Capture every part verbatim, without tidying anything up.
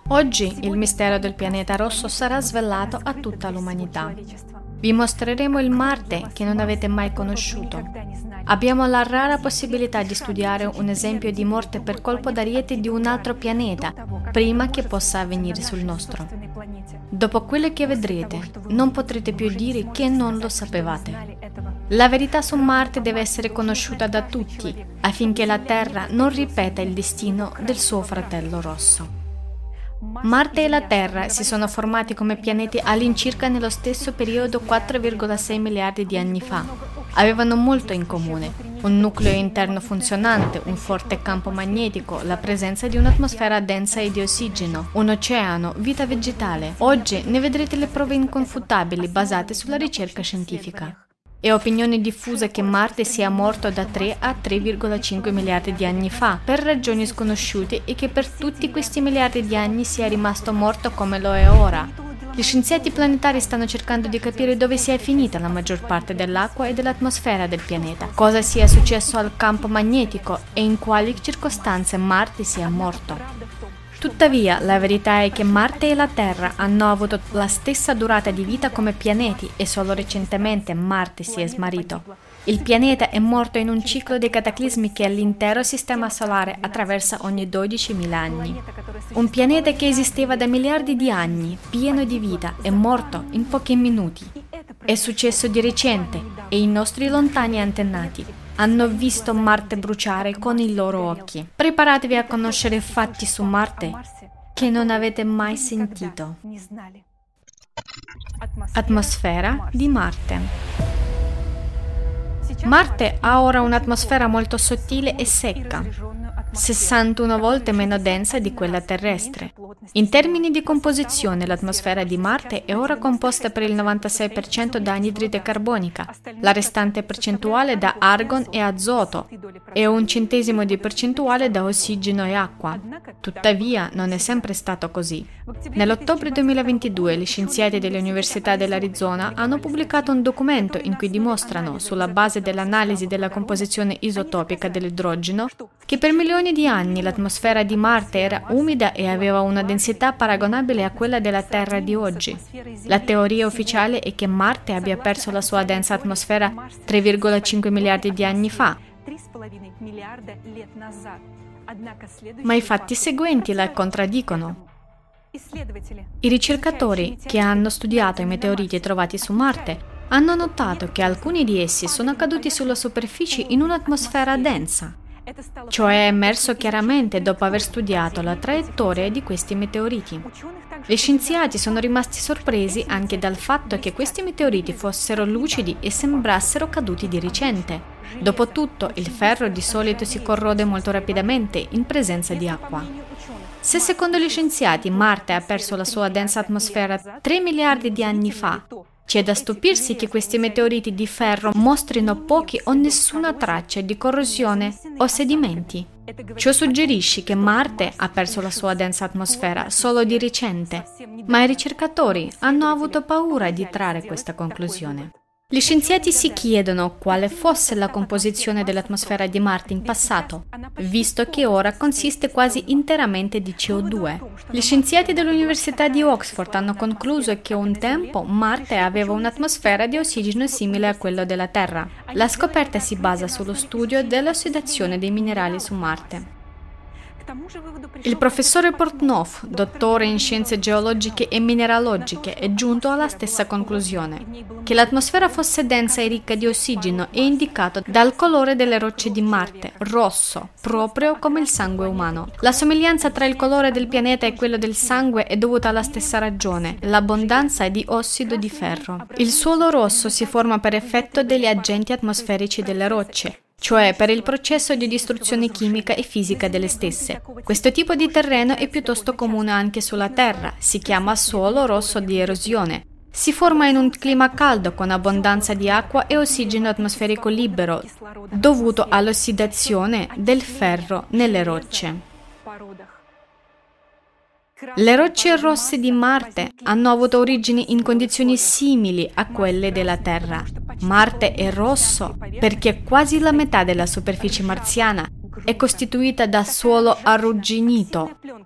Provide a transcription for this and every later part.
Oggi il mistero del pianeta rosso sarà svelato a tutta l'umanità. Vi mostreremo il Marte che non avete mai conosciuto. Abbiamo la rara possibilità di studiare un esempio di morte per colpo d'ariete di un altro pianeta prima che possa avvenire sul nostro. Dopo quello che vedrete, non potrete più dire che non lo sapevate. La verità su Marte deve essere conosciuta da tutti, affinché la Terra non ripeta il destino del suo fratello rosso. Marte e la Terra si sono formati come pianeti all'incirca nello stesso periodo quattro virgola sei miliardi di anni fa. Avevano molto in comune: un nucleo interno funzionante, un forte campo magnetico, la presenza di un'atmosfera densa e di ossigeno, un oceano, vita vegetale. Oggi ne vedrete le prove inconfutabili basate sulla ricerca scientifica. È opinione diffusa che Marte sia morto da tre a tre virgola cinque miliardi di anni fa per ragioni sconosciute e che per tutti questi miliardi di anni sia rimasto morto come lo è ora. Gli scienziati planetari stanno cercando di capire dove sia finita la maggior parte dell'acqua e dell'atmosfera del pianeta, cosa sia successo al campo magnetico e in quali circostanze Marte sia morto. Tuttavia, la verità è che Marte e la Terra hanno avuto la stessa durata di vita come pianeti e solo recentemente Marte si è smarrito. Il pianeta è morto in un ciclo di cataclismi che l'intero sistema solare attraversa ogni dodicimila anni. Un pianeta che esisteva da miliardi di anni, pieno di vita, è morto in pochi minuti. È successo di recente e i nostri lontani antenati hanno visto Marte bruciare con i loro occhi. Preparatevi a conoscere fatti su Marte che non avete mai sentito. Atmosfera di Marte. Marte ha ora un'atmosfera molto sottile e secca, sessantuno volte meno densa di quella terrestre. In termini di composizione, l'atmosfera di Marte è ora composta per il novantasei per cento da anidride carbonica, la restante percentuale da argon e azoto e un centesimo di percentuale da ossigeno e acqua. Tuttavia, non è sempre stato così. Nell'ottobre duemilaventidue, gli scienziati dell'Università dell'Arizona hanno pubblicato un documento in cui dimostrano, sulla base dell'analisi della composizione isotopica dell'idrogeno, che per milioni di anni l'atmosfera di Marte era umida e aveva una densità paragonabile a quella della Terra di oggi. La teoria ufficiale è che Marte abbia perso la sua densa atmosfera tre virgola cinque miliardi di anni fa, ma i fatti seguenti la contraddicono. I ricercatori che hanno studiato i meteoriti trovati su Marte hanno notato che alcuni di essi sono caduti sulla superficie in un'atmosfera densa. Ciò è emerso chiaramente dopo aver studiato la traiettoria di questi meteoriti. Gli scienziati sono rimasti sorpresi anche dal fatto che questi meteoriti fossero lucidi e sembrassero caduti di recente. Dopotutto, il ferro di solito si corrode molto rapidamente in presenza di acqua. Se secondo gli scienziati Marte ha perso la sua densa atmosfera tre miliardi di anni fa, c'è da stupirsi che questi meteoriti di ferro mostrino pochi o nessuna traccia di corrosione o sedimenti. Ciò suggerisce che Marte ha perso la sua densa atmosfera solo di recente, ma i ricercatori hanno avuto paura di trarre questa conclusione. Gli scienziati si chiedono quale fosse la composizione dell'atmosfera di Marte in passato, visto che ora consiste quasi interamente di C O due. Gli scienziati dell'Università di Oxford hanno concluso che un tempo Marte aveva un'atmosfera di ossigeno simile a quello della Terra. La scoperta si basa sullo studio dell'ossidazione dei minerali su Marte. Il professore Portnoy, dottore in scienze geologiche e mineralogiche, è giunto alla stessa conclusione: che l'atmosfera fosse densa e ricca di ossigeno è indicato dal colore delle rocce di Marte, rosso, proprio come il sangue umano. La somiglianza tra il colore del pianeta e quello del sangue è dovuta alla stessa ragione: l'abbondanza di ossido di ferro. Il suolo rosso si forma per effetto degli agenti atmosferici delle rocce, cioè per il processo di distruzione chimica e fisica delle stesse. Questo tipo di terreno è piuttosto comune anche sulla Terra, si chiama suolo rosso di erosione. Si forma in un clima caldo con abbondanza di acqua e ossigeno atmosferico libero, dovuto all'ossidazione del ferro nelle rocce. Le rocce rosse di Marte hanno avuto origini in condizioni simili a quelle della Terra. Marte è rosso perché quasi la metà della superficie marziana è costituita da suolo arrugginito,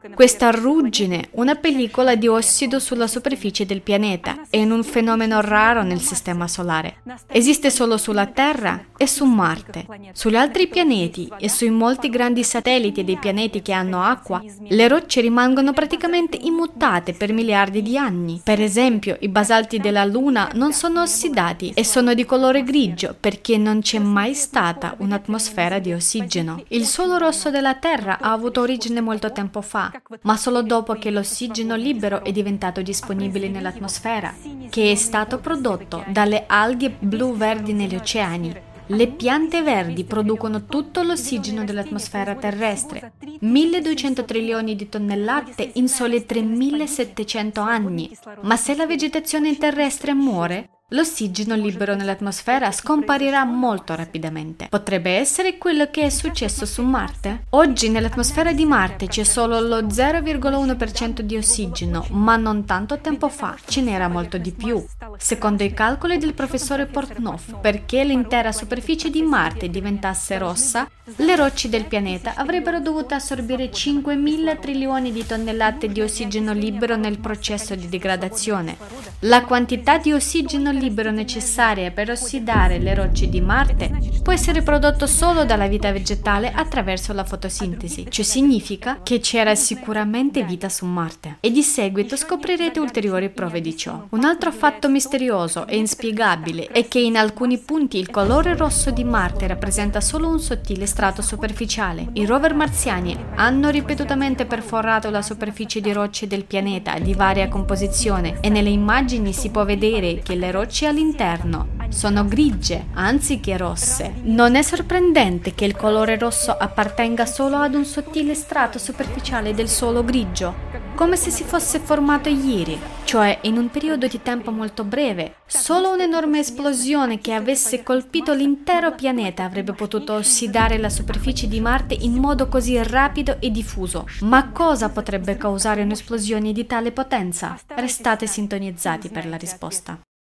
Questa ruggine, una pellicola di ossido sulla superficie del pianeta, è un fenomeno raro nel Sistema Solare. Esiste solo sulla Terra e su Marte. Sugli altri pianeti e sui molti grandi satelliti dei pianeti che hanno acqua, le rocce rimangono praticamente immutate per miliardi di anni. Per esempio, i basalti della Luna non sono ossidati e sono di colore grigio perché non c'è mai stata un'atmosfera di ossigeno. Il suolo rosso della Terra ha avuto origine molto tempo fa, ma solo dopo che l'ossigeno libero è diventato disponibile nell'atmosfera, che è stato prodotto dalle alghe blu-verdi negli oceani. Le piante verdi producono tutto l'ossigeno dell'atmosfera terrestre, milleduecento trilioni di tonnellate in soli tremilasettecento anni. Ma se la vegetazione terrestre muore, l'ossigeno libero nell'atmosfera scomparirà molto rapidamente. Potrebbe essere quello che è successo su Marte? Oggi nell'atmosfera di Marte c'è solo lo zero virgola uno per cento di ossigeno, ma non tanto tempo fa ce n'era molto di più. Secondo i calcoli del professore Portnoy, perché l'intera superficie di Marte diventasse rossa, le rocce del pianeta avrebbero dovuto assorbire cinquemila trilioni di tonnellate di ossigeno libero nel processo di degradazione. La quantità di ossigeno libero necessaria per ossidare le rocce di Marte può essere prodotto solo dalla vita vegetale attraverso la fotosintesi. Ciò significa che c'era sicuramente vita su Marte. E di seguito scoprirete ulteriori prove di ciò. Un altro fatto misterioso e inspiegabile è che in alcuni punti il colore rosso di Marte rappresenta solo un sottile strato superficiale. I rover marziani hanno ripetutamente perforato la superficie di rocce del pianeta di varia composizione e nelle immagini si può vedere che le rocce all'interno sono grigie anziché rosse. Non è sorprendente che il colore rosso appartenga solo ad un sottile strato superficiale del suolo grigio, come se si fosse formato ieri, cioè in un periodo di tempo molto breve. Solo un'enorme esplosione che avesse colpito l'intero pianeta avrebbe potuto ossidare la superficie di Marte in modo così rapido e diffuso. Ma cosa potrebbe causare un'esplosione di tale potenza? Restate sintonizzati per la risposta.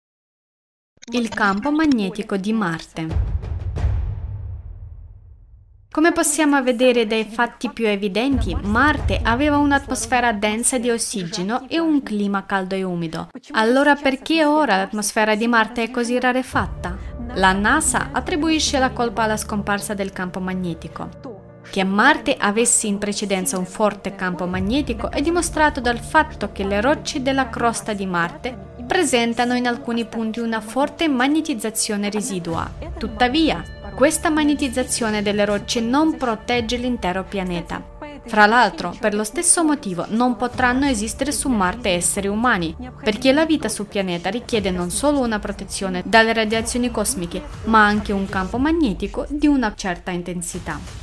Il campo magnetico di Marte. Come possiamo vedere dai fatti più evidenti, Marte aveva un'atmosfera densa di ossigeno e un clima caldo e umido. Allora perché ora l'atmosfera di Marte è così rarefatta? La NASA attribuisce la colpa alla scomparsa del campo magnetico. Che Marte avesse in precedenza un forte campo magnetico è dimostrato dal fatto che le rocce della crosta di Marte presentano in alcuni punti una forte magnetizzazione residua. Tuttavia, questa magnetizzazione delle rocce non protegge l'intero pianeta. Fra l'altro, per lo stesso motivo non potranno esistere su Marte esseri umani, perché la vita sul pianeta richiede non solo una protezione dalle radiazioni cosmiche, ma anche un campo magnetico di una certa intensità.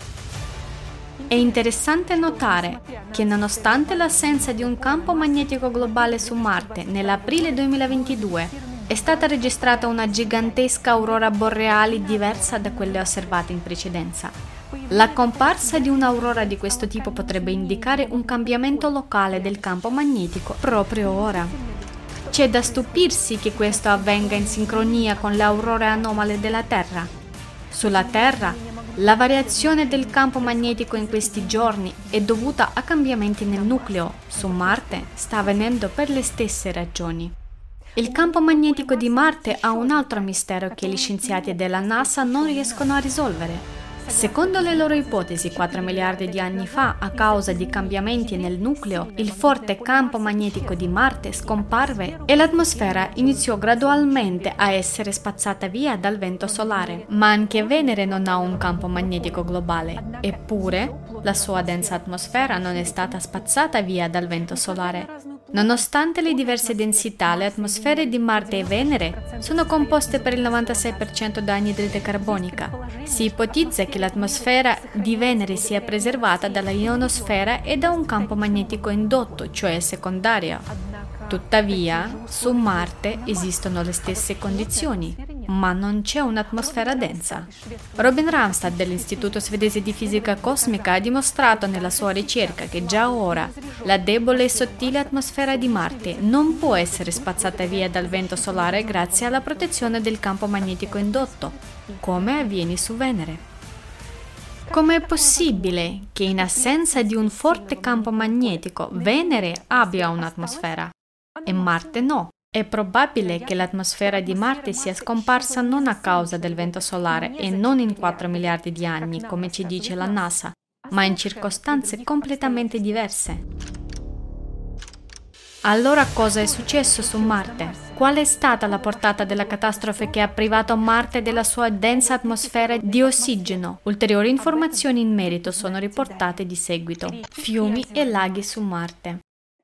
È interessante notare che nonostante l'assenza di un campo magnetico globale su Marte nell'aprile duemilaventidue, è stata registrata una gigantesca aurora boreale diversa da quelle osservate in precedenza. La comparsa di un'aurora di questo tipo potrebbe indicare un cambiamento locale del campo magnetico proprio ora. C'è da stupirsi che questo avvenga in sincronia con le aurore anomale della Terra. Sulla Terra, la variazione del campo magnetico in questi giorni è dovuta a cambiamenti nel nucleo. Su Marte sta avvenendo per le stesse ragioni. Il campo magnetico di Marte ha un altro mistero che gli scienziati della NASA non riescono a risolvere. Secondo le loro ipotesi, quattro miliardi di anni fa, a causa di cambiamenti nel nucleo, il forte campo magnetico di Marte scomparve e l'atmosfera iniziò gradualmente a essere spazzata via dal vento solare. Ma anche Venere non ha un campo magnetico globale, eppure la sua densa atmosfera non è stata spazzata via dal vento solare. Nonostante le diverse densità, le atmosfere di Marte e Venere sono composte per il novantasei per cento da anidride carbonica. Si ipotizza che l'atmosfera di Venere sia preservata dalla ionosfera e da un campo magnetico indotto, cioè secondario. Tuttavia, su Marte esistono le stesse condizioni, ma non c'è un'atmosfera densa. Robin Ramstad dell'Istituto svedese di fisica cosmica ha dimostrato nella sua ricerca che già ora la debole e sottile atmosfera di Marte non può essere spazzata via dal vento solare grazie alla protezione del campo magnetico indotto, come avviene su Venere. Com'è possibile che in assenza di un forte campo magnetico Venere abbia un'atmosfera e Marte no? È probabile che l'atmosfera di Marte sia scomparsa non a causa del vento solare e non in quattro miliardi di anni, come ci dice la NASA, ma in circostanze completamente diverse. Allora cosa è successo su Marte? Qual è stata la portata della catastrofe che ha privato Marte della sua densa atmosfera di ossigeno? Ulteriori informazioni in merito sono riportate di seguito. Fiumi e laghi su Marte.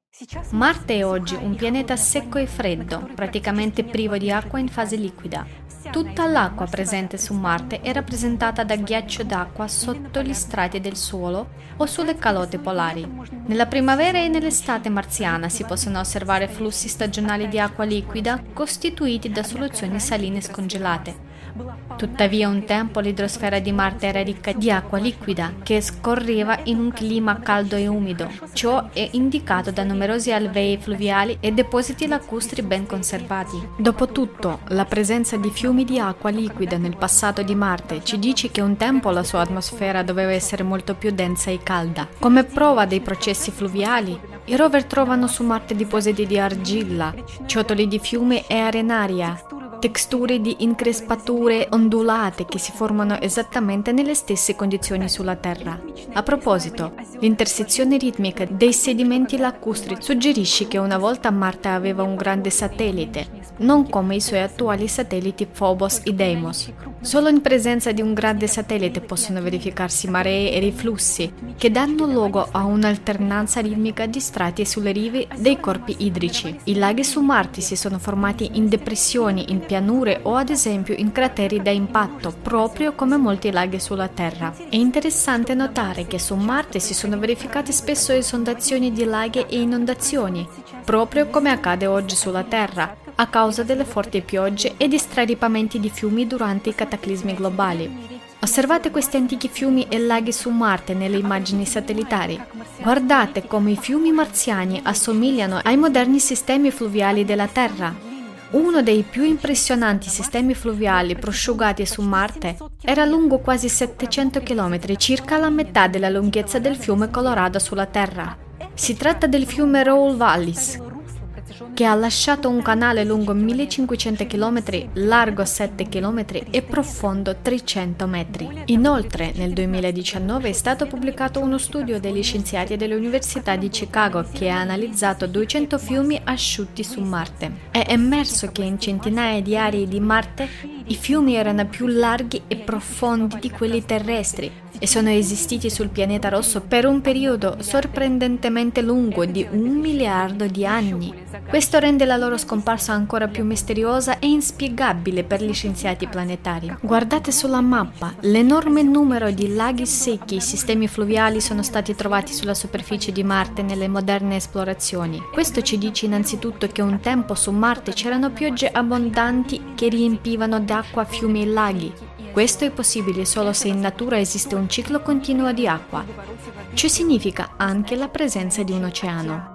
Marte è oggi un pianeta secco e freddo, praticamente privo di acqua in fase liquida. Tutta l'acqua presente su Marte è rappresentata da ghiaccio d'acqua sotto gli strati del suolo o sulle calotte polari. Nella primavera e nell'estate marziana si possono osservare flussi stagionali di acqua liquida costituiti da soluzioni saline scongelate. Tuttavia un tempo l'idrosfera di Marte era ricca di acqua liquida che scorreva in un clima caldo e umido. Ciò è indicato da numerosi alvei fluviali e depositi lacustri ben conservati. Dopotutto, la presenza di fiumi di acqua liquida nel passato di Marte ci dice che un tempo la sua atmosfera doveva essere molto più densa e calda. Come prova dei processi fluviali, i rover trovano su Marte depositi di argilla, ciotoli di fiume e arenaria, texture di increspature ondulate che si formano esattamente nelle stesse condizioni sulla Terra. A proposito, l'intersezione ritmica dei sedimenti lacustri suggerisce che una volta Marte aveva un grande satellite, non come i suoi attuali satelliti Phobos e Deimos. Solo in presenza di un grande satellite possono verificarsi maree e riflussi, che danno luogo a un'alternanza ritmica di strati sulle rive dei corpi idrici. I laghi su Marte si sono formati in depressioni, in pianure o ad esempio in crateri da impatto, proprio come molti laghi sulla Terra. È interessante notare che su Marte si sono verificate spesso esondazioni di laghi e inondazioni, proprio come accade oggi sulla Terra, a causa delle forti piogge e di straripamenti di fiumi durante i cataclismi globali. Osservate questi antichi fiumi e laghi su Marte nelle immagini satellitari. Guardate come i fiumi marziani assomigliano ai moderni sistemi fluviali della Terra. Uno dei più impressionanti sistemi fluviali prosciugati su Marte era lungo quasi settecento chilometri, circa la metà della lunghezza del fiume Colorado sulla Terra. Si tratta del fiume Roll Vallis, che ha lasciato un canale lungo millecinquecento chilometri, largo sette chilometri e profondo trecento metri. Inoltre, nel duemiladiciannove è stato pubblicato uno studio degli scienziati dell'Università di Chicago che ha analizzato duecento fiumi asciutti su Marte. È emerso che in centinaia di aree di Marte i fiumi erano più larghi e profondi di quelli terrestri e sono esistiti sul pianeta rosso per un periodo sorprendentemente lungo di un miliardo di anni. Questo rende la loro scomparsa ancora più misteriosa e inspiegabile per gli scienziati planetari. Guardate sulla mappa, l'enorme numero di laghi secchi e sistemi fluviali sono stati trovati sulla superficie di Marte nelle moderne esplorazioni. Questo ci dice innanzitutto che un tempo su Marte c'erano piogge abbondanti che riempivano d'acqua fiumi e laghi. Questo è possibile solo se in natura esiste un ciclo continuo di acqua. Ciò significa anche la presenza di un oceano.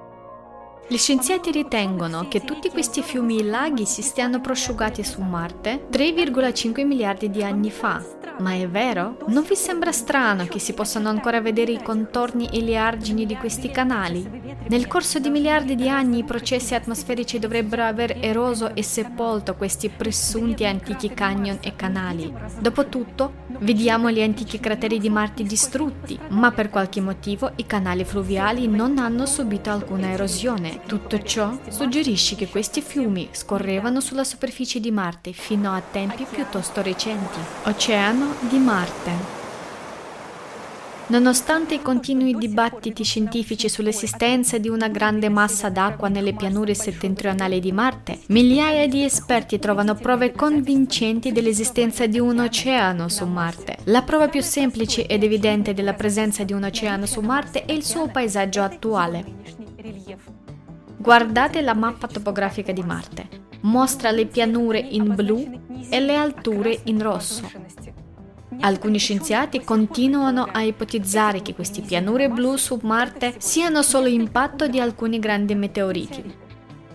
Gli scienziati ritengono che tutti questi fiumi e laghi si stiano prosciugati su Marte tre virgola cinque miliardi di anni fa. Ma è vero? Non vi sembra strano che si possano ancora vedere i contorni e le argini di questi canali? Nel corso di miliardi di anni i processi atmosferici dovrebbero aver eroso e sepolto questi presunti antichi canyon e canali. Dopotutto, vediamo gli antichi crateri di Marte distrutti, ma per qualche motivo i canali fluviali non hanno subito alcuna erosione. Tutto ciò suggerisce che questi fiumi scorrevano sulla superficie di Marte fino a tempi piuttosto recenti. Oceano di Marte. Nonostante i continui dibattiti scientifici sull'esistenza di una grande massa d'acqua nelle pianure settentrionali di Marte, migliaia di esperti trovano prove convincenti dell'esistenza di un oceano su Marte. La prova più semplice ed evidente della presenza di un oceano su Marte è il suo paesaggio attuale. Guardate la mappa topografica di Marte. Mostra le pianure in blu e le alture in rosso. Alcuni scienziati continuano a ipotizzare che queste pianure blu su Marte siano solo impatto di alcuni grandi meteoriti.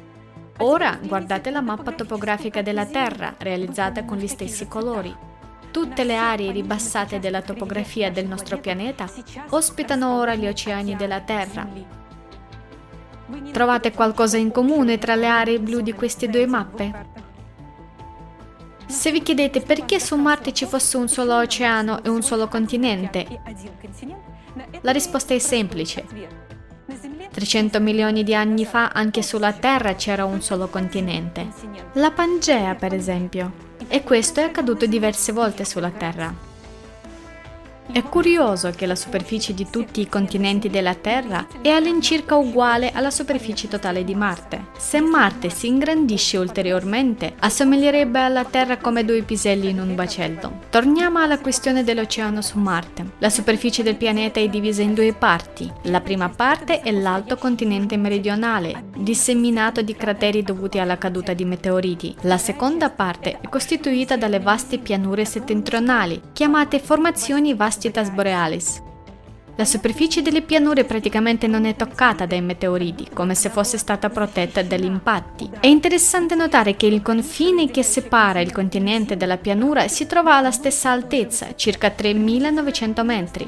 Ora guardate la mappa topografica della Terra, realizzata con gli stessi colori. tutte le aree ribassate della topografia del nostro pianeta ospitano ora gli oceani della Terra. Trovate qualcosa in comune tra le aree blu di queste due mappe? Se vi chiedete perché su Marte ci fosse un solo oceano e un solo continente, la risposta è semplice. trecento milioni di anni fa anche sulla Terra c'era un solo continente, la Pangea per esempio, e questo è accaduto diverse volte sulla Terra. È curioso che la superficie di tutti i continenti della Terra è all'incirca uguale alla superficie totale di Marte. Se Marte si ingrandisce ulteriormente, assomiglierebbe alla Terra come due piselli in un baccello. Torniamo alla questione dell'oceano su Marte. La superficie del pianeta è divisa in due parti. La prima parte è l'alto continente meridionale, disseminato di crateri dovuti alla caduta di meteoriti. La seconda parte è costituita dalle vaste pianure settentrionali, chiamate formazioni vasti Borealis. La superficie delle pianure praticamente non è toccata dai meteoriti, come se fosse stata protetta dagli impatti. È interessante notare che il confine che separa il continente dalla pianura si trova alla stessa altezza, circa tremilanovecento metri.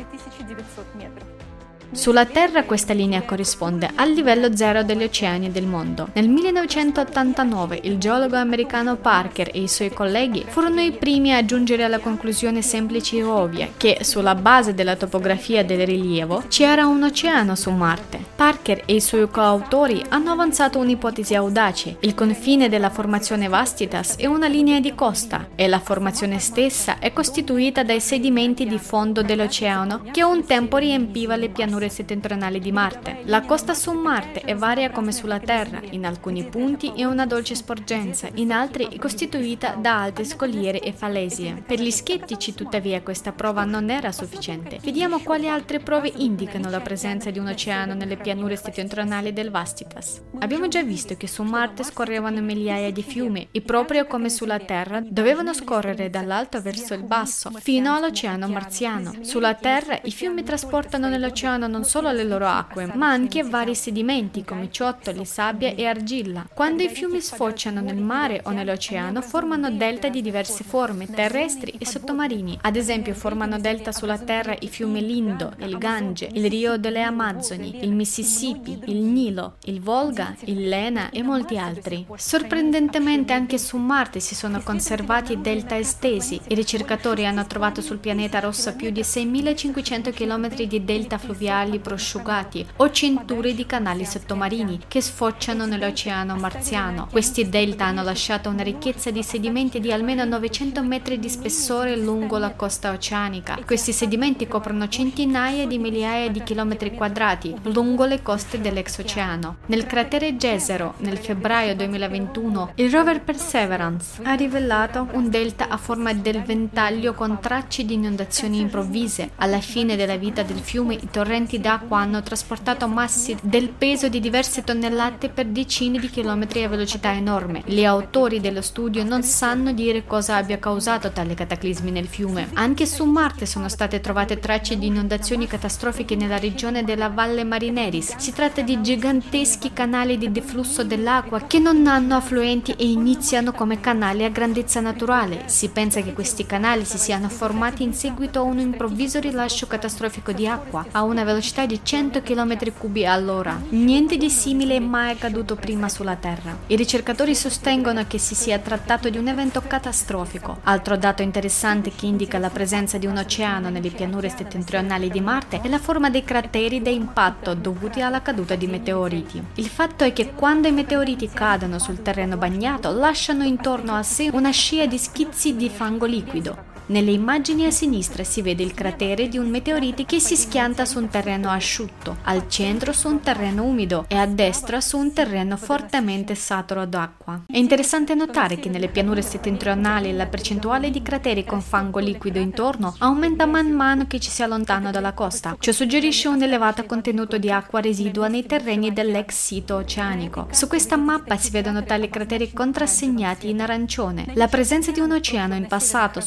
Sulla Terra questa linea corrisponde al livello zero degli oceani del mondo. Nel millenovecentottantanove il geologo americano Parker e i suoi colleghi furono i primi a giungere alla conclusione semplice e ovvia che, sulla base della topografia del rilievo, c'era un oceano su Marte. Parker e i suoi coautori hanno avanzato un'ipotesi audace. Il confine della formazione Vastitas è una linea di costa e la formazione stessa è costituita dai sedimenti di fondo dell'oceano che un tempo riempiva le pianure settentrionali di Marte. La costa su Marte è varia come sulla Terra, in alcuni punti è una dolce sporgenza, in altri è costituita da alte scogliere e falesie. Per gli scettici, tuttavia, questa prova non era sufficiente. Vediamo quali altre prove indicano la presenza di un oceano nelle pianure settentrionali del Vastitas. Abbiamo già visto che su Marte scorrevano migliaia di fiumi e proprio come sulla Terra dovevano scorrere dall'alto verso il basso, fino all'oceano marziano. Sulla Terra i fiumi trasportano nell'oceano non solo le loro acque, ma anche vari sedimenti come ciottoli, sabbia e argilla. Quando i fiumi sfociano nel mare o nell'oceano, formano delta di diverse forme, terrestri e sottomarini. Ad esempio, formano delta sulla Terra i fiumi Lindo, il Gange, il Rio delle Amazzoni, il Mississippi, il Nilo, il Volga, il Lena e molti altri. Sorprendentemente anche su Marte si sono conservati delta estesi. I ricercatori hanno trovato sul pianeta rosso più di seimilacinquecento chilometri di delta fluviali prosciugati o cinture di canali sottomarini che sfociano nell'oceano marziano. Questi delta hanno lasciato una ricchezza di sedimenti di almeno novecento metri di spessore lungo la costa oceanica. Questi sedimenti coprono centinaia di migliaia di chilometri quadrati lungo le coste dell'ex oceano. Nel cratere Jezero, nel febbraio duemilaventuno, il rover Perseverance ha rivelato un delta a forma del ventaglio con tracce di inondazioni improvvise. Alla fine della vita del fiume, i torrenti d'acqua hanno trasportato massi del peso di diverse tonnellate per decine di chilometri a velocità enorme. Gli autori dello studio non sanno dire cosa abbia causato tali cataclismi nel fiume. Anche su Marte sono state trovate tracce di inondazioni catastrofiche nella regione della Valle Marineris. Si tratta di giganteschi canali di deflusso dell'acqua che non hanno affluenti e iniziano come canali a grandezza naturale. Si pensa che questi canali si siano formati in seguito a un improvviso rilascio catastrofico di acqua a una velocità di cento chilometri cubi all'ora. Niente di simile è mai accaduto prima sulla Terra. I ricercatori sostengono che si sia trattato di un evento catastrofico. Altro dato interessante che indica la presenza di un oceano nelle pianure settentrionali di Marte è la forma dei crateri da impatto dovuti alla caduta di meteoriti. Il fatto è che quando i meteoriti cadono sul terreno bagnato, lasciano intorno a sé una scia di schizzi di fango liquido. Nelle immagini a sinistra si vede il cratere di un meteorite che si schianta su un terreno asciutto, al centro su un terreno umido e a destra su un terreno fortemente saturo d'acqua. È interessante notare che nelle pianure settentrionali la percentuale di crateri con fango liquido intorno aumenta man mano che ci si allontana dalla costa. Ciò suggerisce un elevato contenuto di acqua residua nei terreni dell'ex sito oceanico. Su questa mappa si vedono tali crateri contrassegnati in arancione. La presenza di un oceano in passato sulle pianure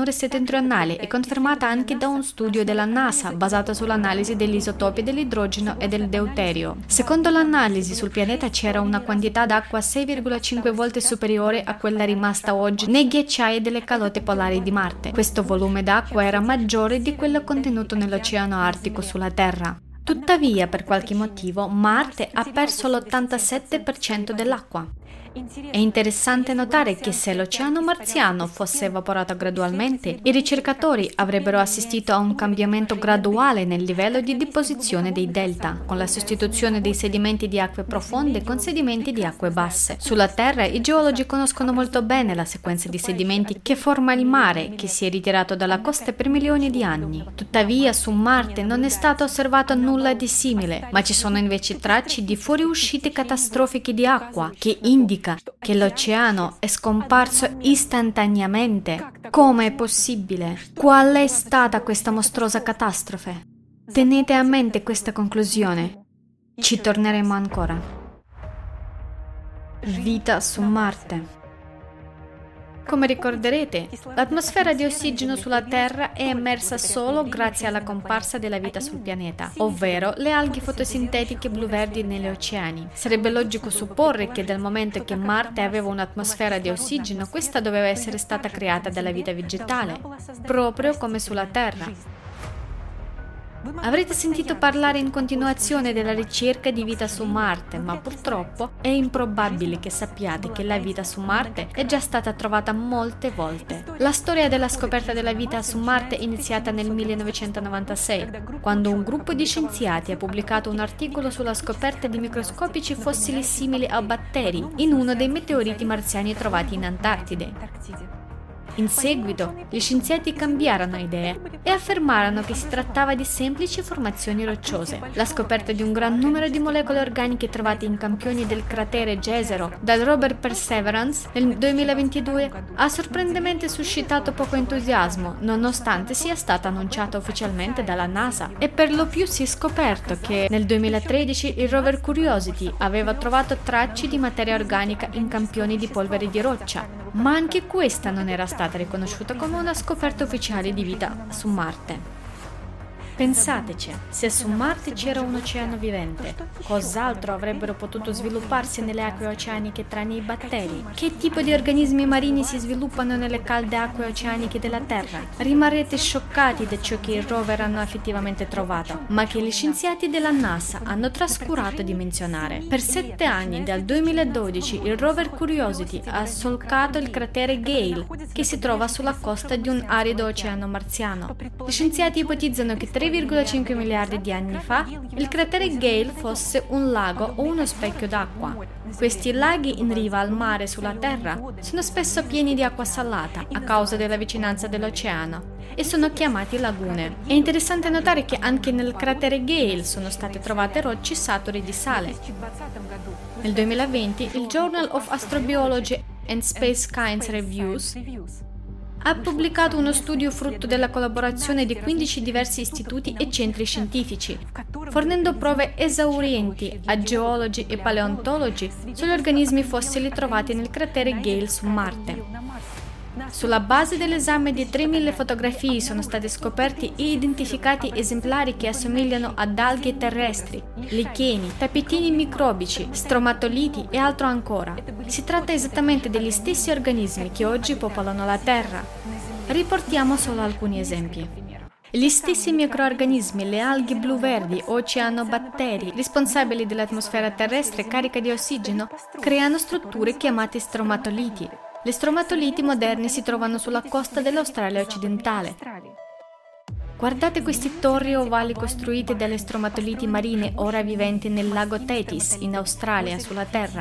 nord settentrionale e confermata anche da un studio della NASA basato sull'analisi degli isotopi dell'idrogeno e del deuterio. Secondo l'analisi, sul pianeta c'era una quantità d'acqua sei virgola cinque volte superiore a quella rimasta oggi nei ghiacciai delle calotte polari di Marte. Questo volume d'acqua era maggiore di quello contenuto nell'Oceano Artico sulla Terra. Tuttavia, per qualche motivo, Marte ha perso l'ottantasette per cento dell'acqua. È interessante notare che se l'oceano marziano fosse evaporato gradualmente, i ricercatori avrebbero assistito a un cambiamento graduale nel livello di deposizione dei delta, con la sostituzione dei sedimenti di acque profonde con sedimenti di acque basse. Sulla Terra i geologi conoscono molto bene la sequenza di sedimenti che forma il mare, che si è ritirato dalla costa per milioni di anni. Tuttavia, su Marte non è stato osservato nulla di simile, ma ci sono invece tracce di fuoriuscite catastrofiche di acqua che indicano che l'oceano è scomparso istantaneamente. Come è possibile? Qual è stata questa mostruosa catastrofe? Tenete a mente questa conclusione. Ci torneremo ancora. Vita su Marte. Come ricorderete, l'atmosfera di ossigeno sulla Terra è emersa solo grazie alla comparsa della vita sul pianeta, ovvero le alghe fotosintetiche blu-verdi negli oceani. Sarebbe logico supporre che dal momento che Marte aveva un'atmosfera di ossigeno, questa doveva essere stata creata dalla vita vegetale, proprio come sulla Terra. Avrete sentito parlare in continuazione della ricerca di vita su Marte, ma purtroppo è improbabile che sappiate che la vita su Marte è già stata trovata molte volte. La storia della scoperta della vita su Marte è iniziata nel millenovecentonovantasei, quando un gruppo di scienziati ha pubblicato un articolo sulla scoperta di microscopici fossili simili a batteri in uno dei meteoriti marziani trovati in Antartide. In seguito, gli scienziati cambiarono idee e affermarono che si trattava di semplici formazioni rocciose. La scoperta di un gran numero di molecole organiche trovate in campioni del cratere Jezero dal rover Perseverance nel duemilaventidue ha sorprendentemente suscitato poco entusiasmo, nonostante sia stata annunciata ufficialmente dalla NASA. E per lo più si è scoperto che nel duemilatredici il rover Curiosity aveva trovato tracce di materia organica in campioni di polvere di roccia, ma anche questa non era stata riconosciuta come una scoperta ufficiale di vita su Marte. Pensateci, se su Marte c'era un oceano vivente, cos'altro avrebbero potuto svilupparsi nelle acque oceaniche tranne i batteri? Che tipo di organismi marini si sviluppano nelle calde acque oceaniche della Terra? Rimarrete scioccati da ciò che i rover hanno effettivamente trovato, ma che gli scienziati della NASA hanno trascurato di menzionare. Per sette anni, dal duemiladodici, il rover Curiosity ha solcato il cratere Gale, che si trova sulla costa di un arido oceano marziano. Gli scienziati ipotizzano che tre virgola cinque miliardi di anni fa il cratere Gale fosse un lago o uno specchio d'acqua. Questi laghi in riva al mare sulla Terra sono spesso pieni di acqua salata a causa della vicinanza dell'oceano e sono chiamati lagune. È interessante notare che anche nel cratere Gale sono state trovate rocce saturi di sale. Nel duemilaventi il Journal of Astrobiology and Space Science Reviews ha pubblicato uno studio frutto della collaborazione di quindici diversi istituti e centri scientifici, fornendo prove esaurienti a geologi e paleontologi sugli organismi fossili trovati nel cratere Gale su Marte. Sulla base dell'esame di tremila fotografie sono stati scoperti e identificati esemplari che assomigliano ad alghe terrestri, licheni, tappetini microbici, stromatoliti e altro ancora. Si tratta esattamente degli stessi organismi che oggi popolano la Terra. Riportiamo solo alcuni esempi. Gli stessi microorganismi, le alghe blu-verdi o cianobatteri, responsabili dell'atmosfera terrestre carica di ossigeno, creano strutture chiamate stromatoliti. Le stromatoliti moderne si trovano sulla costa dell'Australia occidentale. Guardate questi torri ovali costruite dalle stromatoliti marine ora viventi nel lago Tethys in Australia, sulla Terra.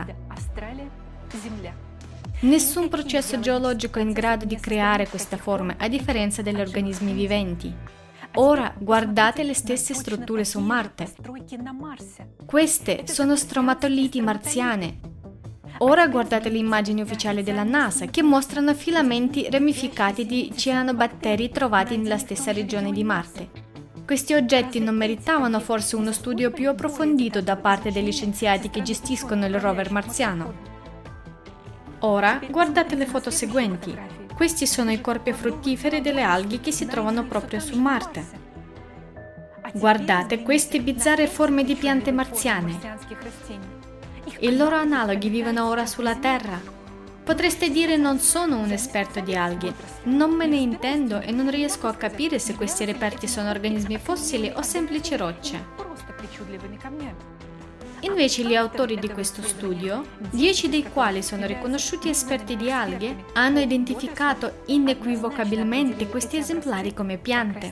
Nessun processo geologico è in grado di creare queste forme, a differenza degli organismi viventi. Ora guardate le stesse strutture su Marte. Queste sono stromatoliti marziane. Ora guardate le immagini ufficiali della NASA che mostrano filamenti ramificati di cianobatteri trovati nella stessa regione di Marte. Questi oggetti non meritavano forse uno studio più approfondito da parte degli scienziati che gestiscono il rover marziano? Ora guardate le foto seguenti. Questi sono i corpi fruttiferi delle alghe che si trovano proprio su Marte. Guardate queste bizzarre forme di piante marziane. I loro analoghi vivono ora sulla Terra. Potreste dire non sono un esperto di alghe, non me ne intendo e non riesco a capire se questi reperti sono organismi fossili o semplici rocce. Invece gli autori di questo studio, dieci dei quali sono riconosciuti esperti di alghe, hanno identificato inequivocabilmente questi esemplari come piante.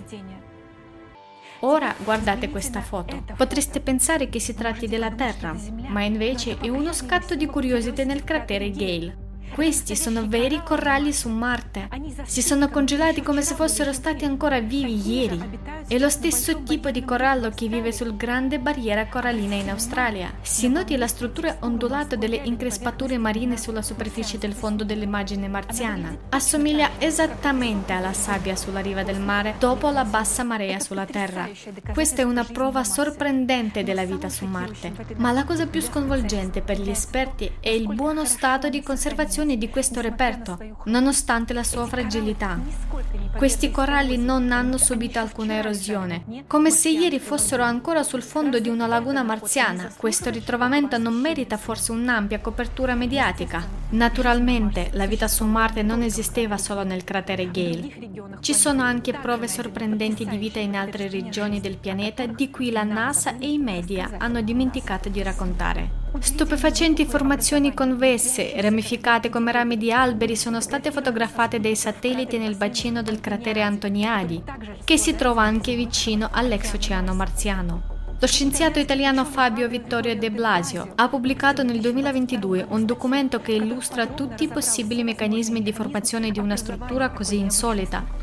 Ora guardate questa foto. Potreste pensare che si tratti della Terra, ma invece è uno scatto di curiosità nel cratere Gale. Questi sono veri coralli su Marte. Si sono congelati come se fossero stati ancora vivi ieri. È lo stesso tipo di corallo che vive sul Grande Barriera Corallina in Australia. Si noti la struttura ondulata delle increspature marine sulla superficie del fondo dell'immagine marziana. Assomiglia esattamente alla sabbia sulla riva del mare dopo la bassa marea sulla Terra. Questa è una prova sorprendente della vita su Marte. Ma la cosa più sconvolgente per gli esperti è il buono stato di conservazione di questo reperto, nonostante la sua fragilità. Questi coralli non hanno subito alcuna erosione, come se ieri fossero ancora sul fondo di una laguna marziana. Questo ritrovamento non merita forse un'ampia copertura mediatica. Naturalmente, la vita su Marte non esisteva solo nel cratere Gale. Ci sono anche prove sorprendenti di vita in altre regioni del pianeta di cui la NASA e i media hanno dimenticato di raccontare. Stupefacenti formazioni convesse, ramificate come rami di alberi, sono state fotografate dai satelliti nel bacino del cratere Antoniadi, che si trova anche vicino all'ex oceano marziano. Lo scienziato italiano Fabio Vittorio De Blasio ha pubblicato nel duemilaventidue un documento che illustra tutti i possibili meccanismi di formazione di una struttura così insolita.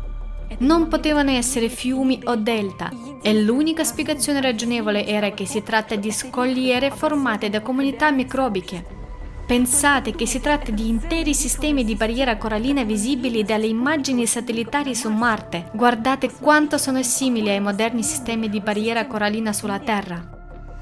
Non potevano essere fiumi o delta, e l'unica spiegazione ragionevole era che si tratta di scogliere formate da comunità microbiche. Pensate che si tratta di interi sistemi di barriera corallina visibili dalle immagini satellitari su Marte. Guardate quanto sono simili ai moderni sistemi di barriera corallina sulla Terra.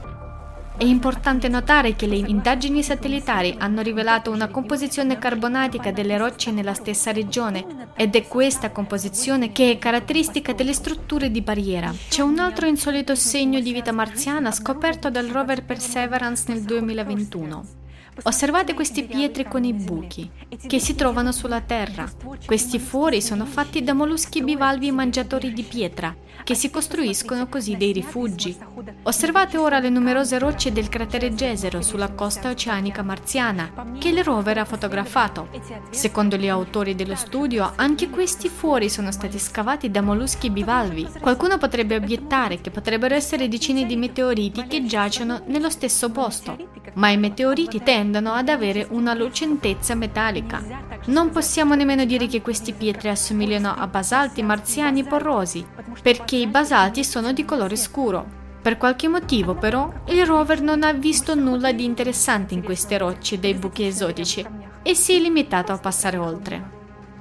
È importante notare che le indagini satellitari hanno rivelato una composizione carbonatica delle rocce nella stessa regione, ed è questa composizione che è caratteristica delle strutture di barriera. C'è un altro insolito segno di vita marziana scoperto dal rover Perseverance nel duemilaventuno. Osservate queste pietre con i buchi, che si trovano sulla Terra. Questi fori sono fatti da molluschi bivalvi mangiatori di pietra, che si costruiscono così dei rifugi. Osservate ora le numerose rocce del cratere Jezero sulla costa oceanica marziana, che il rover ha fotografato. Secondo gli autori dello studio, anche questi fori sono stati scavati da molluschi bivalvi. Qualcuno potrebbe obiettare che potrebbero essere decine di meteoriti che giacciono nello stesso posto, ma i meteoriti tendono ad avere una lucentezza metallica. Non possiamo nemmeno dire che queste pietre assomigliano a basalti marziani porosi, perché i basalti sono di colore scuro. Per qualche motivo, però, il rover non ha visto nulla di interessante in queste rocce dei buchi esotici e si è limitato a passare oltre.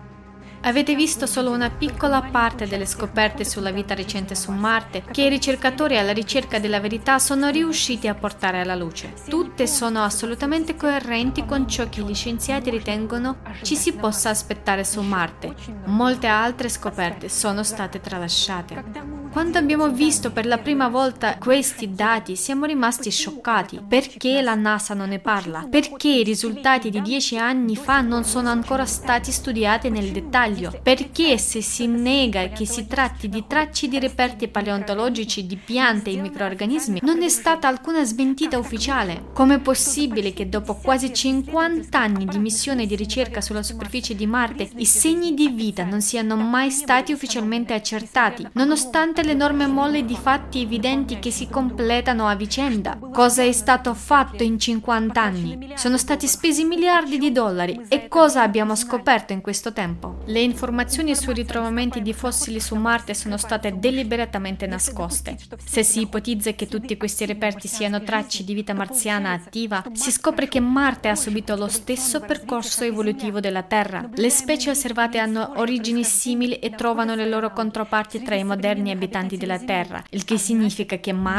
Avete visto solo una piccola parte delle scoperte sulla vita recente su Marte che i ricercatori alla ricerca della verità sono riusciti a portare alla luce. Tutte sono assolutamente coerenti con ciò che gli scienziati ritengono ci si possa aspettare su Marte. Molte altre scoperte sono state tralasciate. Quando abbiamo visto per la prima volta questi dati siamo rimasti scioccati. Perché la NASA non ne parla? Perché i risultati di dieci anni fa non sono ancora stati studiati nel dettaglio? Perché se si nega che si tratti di tracce di reperti paleontologici di piante e microrganismi, non è stata alcuna smentita ufficiale. Com'è possibile che dopo quasi cinquanta anni di missione di ricerca sulla superficie di Marte i segni di vita non siano mai stati ufficialmente accertati, nonostante l'enorme mole di fatti evidenti che si completano a vicenda? Cosa è stato fatto in cinquanta anni? Sono stati spesi miliardi di dollari e cosa abbiamo scoperto in questo tempo? Le informazioni sui ritrovamenti di fossili su Marte sono state deliberatamente nascoste. Se si ipotizza che tutti questi reperti siano tracce di vita marziana attiva, si scopre che Marte ha subito lo stesso percorso evolutivo della Terra. Le specie osservate hanno origini simili e trovano le loro controparti tra i moderni abitanti della Terra, il che significa che Marte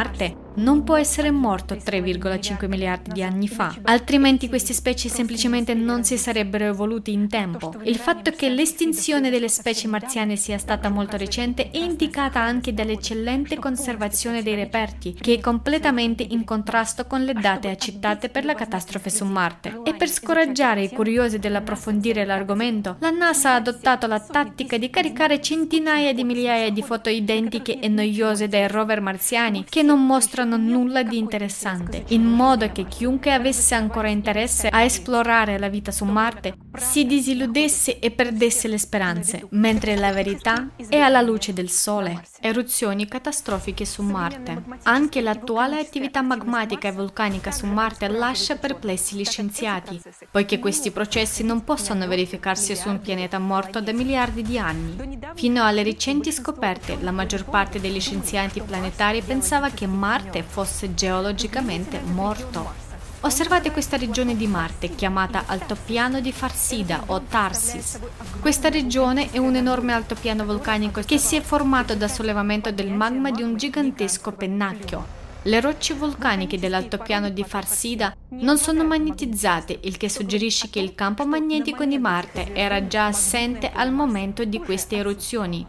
non può essere morto tre virgola cinque miliardi di anni fa, altrimenti queste specie semplicemente non si sarebbero evolute in tempo. Il fatto che l'estinzione delle specie marziane sia stata molto recente è indicata anche dall'eccellente conservazione dei reperti, che è completamente in contrasto con le date accertate per la catastrofe su Marte. E per scoraggiare i curiosi dell'approfondire l'argomento, la NASA ha adottato la tattica di caricare centinaia di migliaia di foto identiche e noiose dai rover marziani che non mostrano nulla di interessante, in modo che chiunque avesse ancora interesse a esplorare la vita su Marte si disilludesse e perdesse le speranze, mentre la verità è alla luce del Sole. Eruzioni catastrofiche su Marte. Anche l'attuale attività magmatica e vulcanica su Marte lascia perplessi gli scienziati, poiché questi processi non possono verificarsi su un pianeta morto da miliardi di anni. Fino alle recenti scoperte, la maggior parte degli scienziati planetari pensava che Marte fosse geologicamente morto. Osservate questa regione di Marte, chiamata altopiano di Farsida o Tarsis. Questa regione è un enorme altopiano vulcanico che si è formato dal sollevamento del magma di un gigantesco pennacchio. Le rocce vulcaniche dell'altopiano di Farsida non sono magnetizzate, il che suggerisce che il campo magnetico di Marte era già assente al momento di queste eruzioni.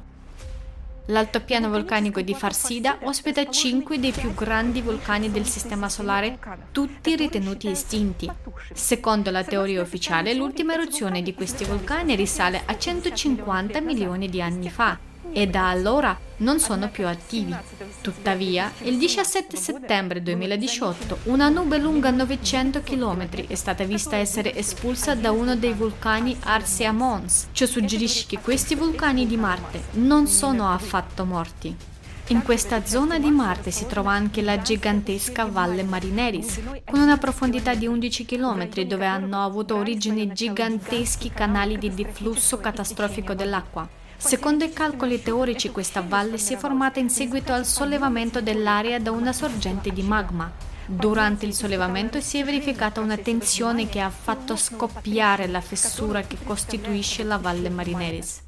L'altopiano vulcanico di Farsida ospita cinque dei più grandi vulcani del Sistema Solare, tutti ritenuti estinti. Secondo la teoria ufficiale, l'ultima eruzione di questi vulcani risale a centocinquanta milioni di anni fa e da allora non sono più attivi. Tuttavia, il diciassette settembre duemiladiciotto, una nube lunga novecento chilometri è stata vista essere espulsa da uno dei vulcani Arsia Mons. Ciò suggerisce che questi vulcani di Marte non sono affatto morti. In questa zona di Marte si trova anche la gigantesca Valle Marineris, con una profondità di undici chilometri, dove hanno avuto origine giganteschi canali di deflusso catastrofico dell'acqua. Secondo i calcoli teorici, questa valle si è formata in seguito al sollevamento dell'area da una sorgente di magma. Durante il sollevamento si è verificata una tensione che ha fatto scoppiare la fessura che costituisce la Valle Marineris.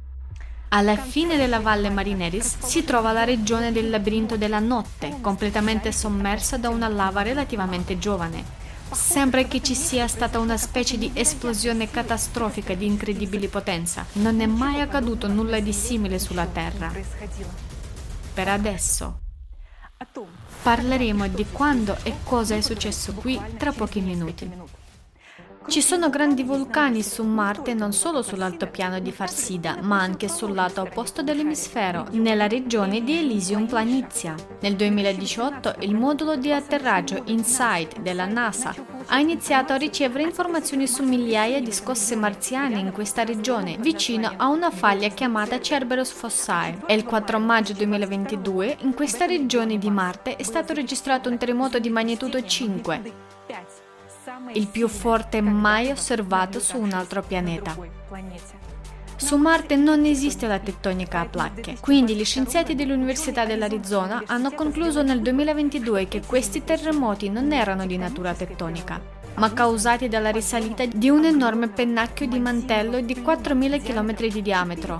Alla fine della Valle Marineris si trova la regione del Labirinto della Notte, completamente sommersa da una lava relativamente giovane. Sembra che ci sia stata una specie di esplosione catastrofica di incredibile potenza. Non è mai accaduto nulla di simile sulla Terra. Per adesso. Parleremo di quando e cosa è successo qui tra pochi minuti. Ci sono grandi vulcani su Marte non solo sull'altopiano di Farsida, ma anche sul lato opposto dell'emisfero, nella regione di Elysium Planitia. Nel duemiladiciotto il modulo di atterraggio InSight della NASA ha iniziato a ricevere informazioni su migliaia di scosse marziane in questa regione, vicino a una faglia chiamata Cerberus Fossae. E il quattro maggio duemilaventidue in questa regione di Marte è stato registrato un terremoto di magnitudo cinque. Il più forte mai osservato su un altro pianeta. Su Marte non esiste la tettonica a placche, quindi gli scienziati dell'Università dell'Arizona hanno concluso nel duemilaventidue che questi terremoti non erano di natura tettonica, ma causati dalla risalita di un enorme pennacchio di mantello di quattromila chilometri di diametro.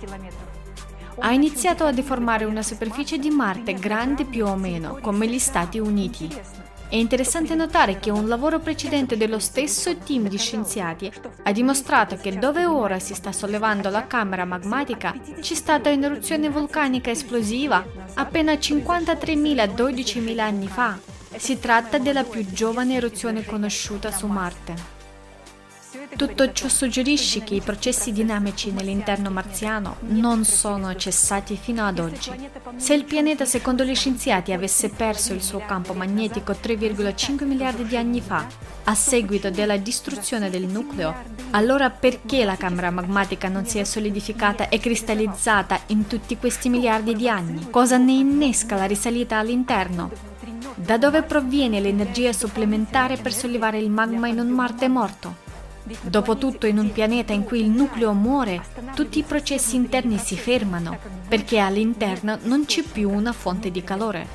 Ha iniziato a deformare una superficie di Marte grande più o meno, come gli Stati Uniti. È interessante notare che un lavoro precedente dello stesso team di scienziati ha dimostrato che dove ora si sta sollevando la camera magmatica c'è stata un'eruzione vulcanica esplosiva appena cinquantatremila-dodicimila anni fa. Si tratta della più giovane eruzione conosciuta su Marte. Tutto ciò suggerisce che i processi dinamici nell'interno marziano non sono cessati fino ad oggi. Se il pianeta, secondo gli scienziati, avesse perso il suo campo magnetico tre virgola cinque miliardi di anni fa, a seguito della distruzione del nucleo, allora perché la camera magmatica non si è solidificata e cristallizzata in tutti questi miliardi di anni? Cosa ne innesca la risalita all'interno? Da dove proviene l'energia supplementare per sollevare il magma in un Marte morto? Dopotutto, in un pianeta in cui il nucleo muore, tutti i processi interni si fermano, perché all'interno non c'è più una fonte di calore.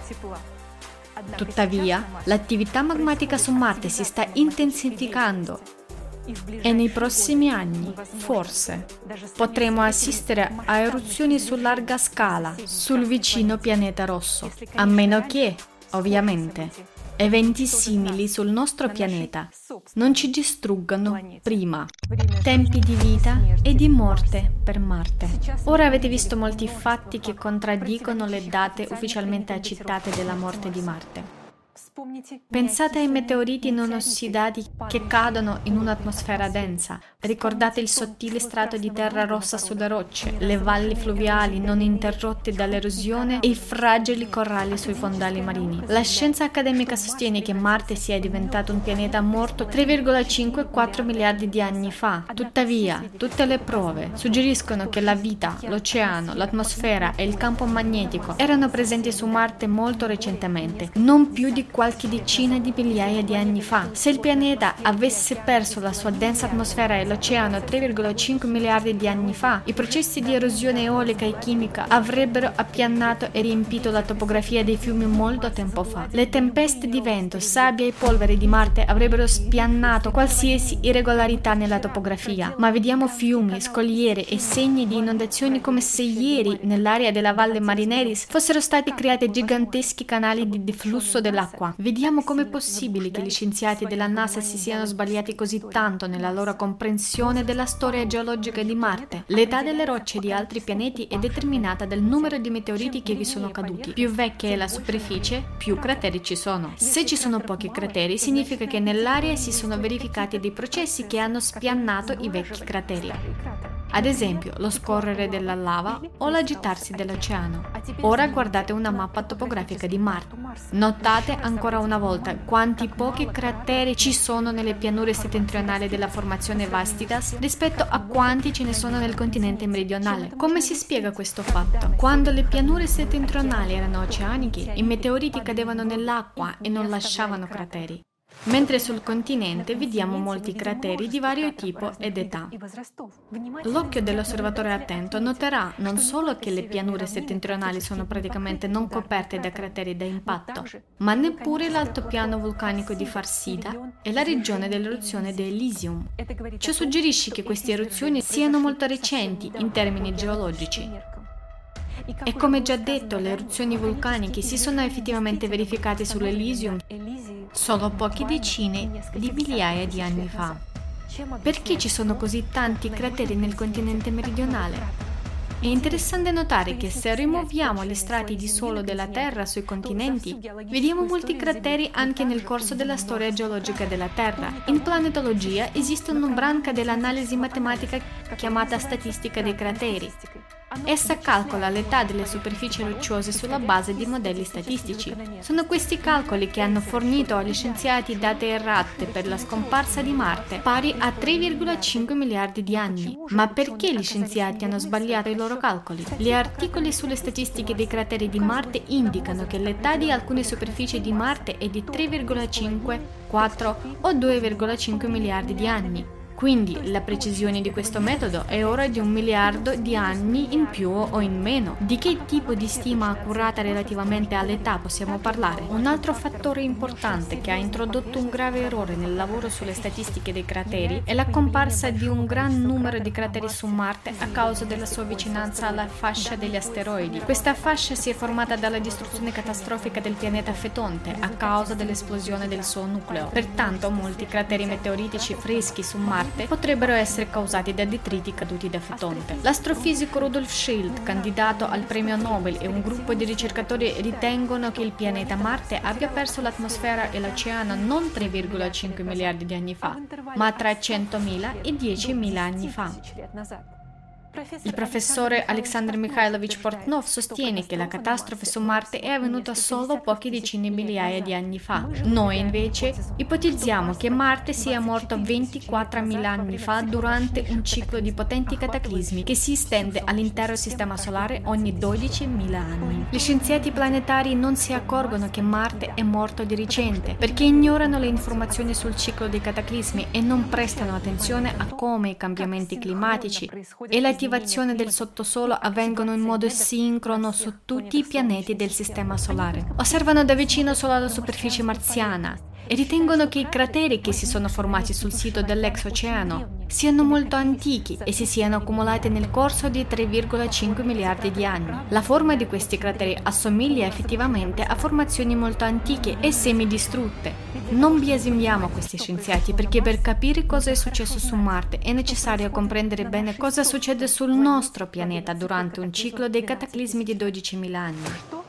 Tuttavia, l'attività magmatica su Marte si sta intensificando e nei prossimi anni, forse, potremo assistere a eruzioni su larga scala sul vicino pianeta rosso, a meno che Ovviamente, eventi simili sul nostro pianeta non ci distruggono prima. Tempi di vita e di morte per Marte. Ora avete visto molti fatti che contraddicono le date ufficialmente accertate della morte di Marte. Pensate ai meteoriti non ossidati che cadono in un'atmosfera densa. Ricordate il sottile strato di terra rossa sulle rocce, le valli fluviali non interrotte dall'erosione e i fragili coralli sui fondali marini. La scienza accademica sostiene che Marte sia diventato un pianeta morto tre virgola cinque quattro miliardi di anni fa. Tuttavia, tutte le prove suggeriscono che la vita, l'oceano, l'atmosfera e il campo magnetico erano presenti su Marte molto recentemente, non più di qualche decina di migliaia di anni fa. Se il pianeta avesse perso la sua densa atmosfera e l'oceano tre virgola cinque miliardi di anni fa, i processi di erosione eolica e chimica avrebbero appianato e riempito la topografia dei fiumi molto tempo fa. Le tempeste di vento, sabbia e polvere di Marte avrebbero spianato qualsiasi irregolarità nella topografia, ma vediamo fiumi, scogliere e segni di inondazioni come se ieri nell'area della Valle Marineris fossero stati creati giganteschi canali di deflusso dell'acqua. Vediamo come è possibile che gli scienziati della NASA si siano sbagliati così tanto nella loro comprensione della storia geologica di Marte. L'età delle rocce di altri pianeti è determinata dal numero di meteoriti che vi sono caduti. Più vecchia è la superficie, più crateri ci sono. Se ci sono pochi crateri, significa che nell'area si sono verificati dei processi che hanno spianato i vecchi crateri. Ad esempio, lo scorrere della lava o l'agitarsi dell'oceano. Ora guardate una mappa topografica di Marte. Notate ancora una volta quanti pochi crateri ci sono nelle pianure settentrionali della formazione Vastidas rispetto a quanti ce ne sono nel continente meridionale. Come si spiega questo fatto? Quando le pianure settentrionali erano oceaniche, i meteoriti cadevano nell'acqua e non lasciavano crateri. Mentre sul continente vediamo molti crateri di vario tipo ed età. L'occhio dell'osservatore attento noterà non solo che le pianure settentrionali sono praticamente non coperte da crateri da impatto, ma neppure l'altopiano vulcanico di Farsida e la regione dell'eruzione di Elysium. Ciò suggerisce che queste eruzioni siano molto recenti in termini geologici. E come già detto, le eruzioni vulcaniche si sono effettivamente verificate sull'Elysium solo poche decine di migliaia di anni fa. Perché ci sono così tanti crateri nel continente meridionale? È interessante notare che se rimuoviamo gli strati di suolo della Terra sui continenti, vediamo molti crateri anche nel corso della storia geologica della Terra. In planetologia esiste una branca dell'analisi matematica chiamata statistica dei crateri. Essa calcola l'età delle superfici rocciose sulla base di modelli statistici. Sono questi calcoli che hanno fornito agli scienziati date errate per la scomparsa di Marte, pari a tre virgola cinque miliardi di anni. Ma perché gli scienziati hanno sbagliato i loro calcoli? Gli articoli sulle statistiche dei crateri di Marte indicano che l'età di alcune superfici di Marte è di tre virgola cinque, quattro o due virgola cinque miliardi di anni. Quindi la precisione di questo metodo è ora di un miliardo di anni in più o in meno. Di che tipo di stima accurata relativamente all'età possiamo parlare? Un altro fattore importante che ha introdotto un grave errore nel lavoro sulle statistiche dei crateri è la comparsa di un gran numero di crateri su Marte a causa della sua vicinanza alla fascia degli asteroidi. Questa fascia si è formata dalla distruzione catastrofica del pianeta Fetonte a causa dell'esplosione del suo nucleo. Pertanto molti crateri meteoritici freschi su Marte potrebbero essere causati da detriti caduti da Fetonte. L'astrofisico Rudolf Schildt, candidato al premio Nobel, e un gruppo di ricercatori ritengono che il pianeta Marte abbia perso l'atmosfera e l'oceano non tre virgola cinque miliardi di anni fa, ma tra centomila e diecimila anni fa. Il professore Alexander Mikhailovich Portnov sostiene che la catastrofe su Marte è avvenuta solo poche decine di migliaia di anni fa. Noi invece ipotizziamo che Marte sia morto ventiquattromila anni fa durante un ciclo di potenti cataclismi che si estende all'intero sistema solare ogni dodicimila anni. Gli scienziati planetari non si accorgono che Marte è morto di recente perché ignorano le informazioni sul ciclo dei cataclismi e non prestano attenzione a come i cambiamenti climatici e la l'attivazione del sottosuolo avvengono in modo sincrono su tutti i pianeti del Sistema Solare. Osservano da vicino solo la superficie marziana e ritengono che i crateri che si sono formati sul sito dell'ex oceano siano molto antichi e si siano accumulati nel corso di tre virgola cinque miliardi di anni. La forma di questi crateri assomiglia effettivamente a formazioni molto antiche e semidistrutte. Non biasimiamo questi scienziati perché per capire cosa è successo su Marte è necessario comprendere bene cosa succede sul nostro pianeta durante un ciclo dei cataclismi di dodicimila anni.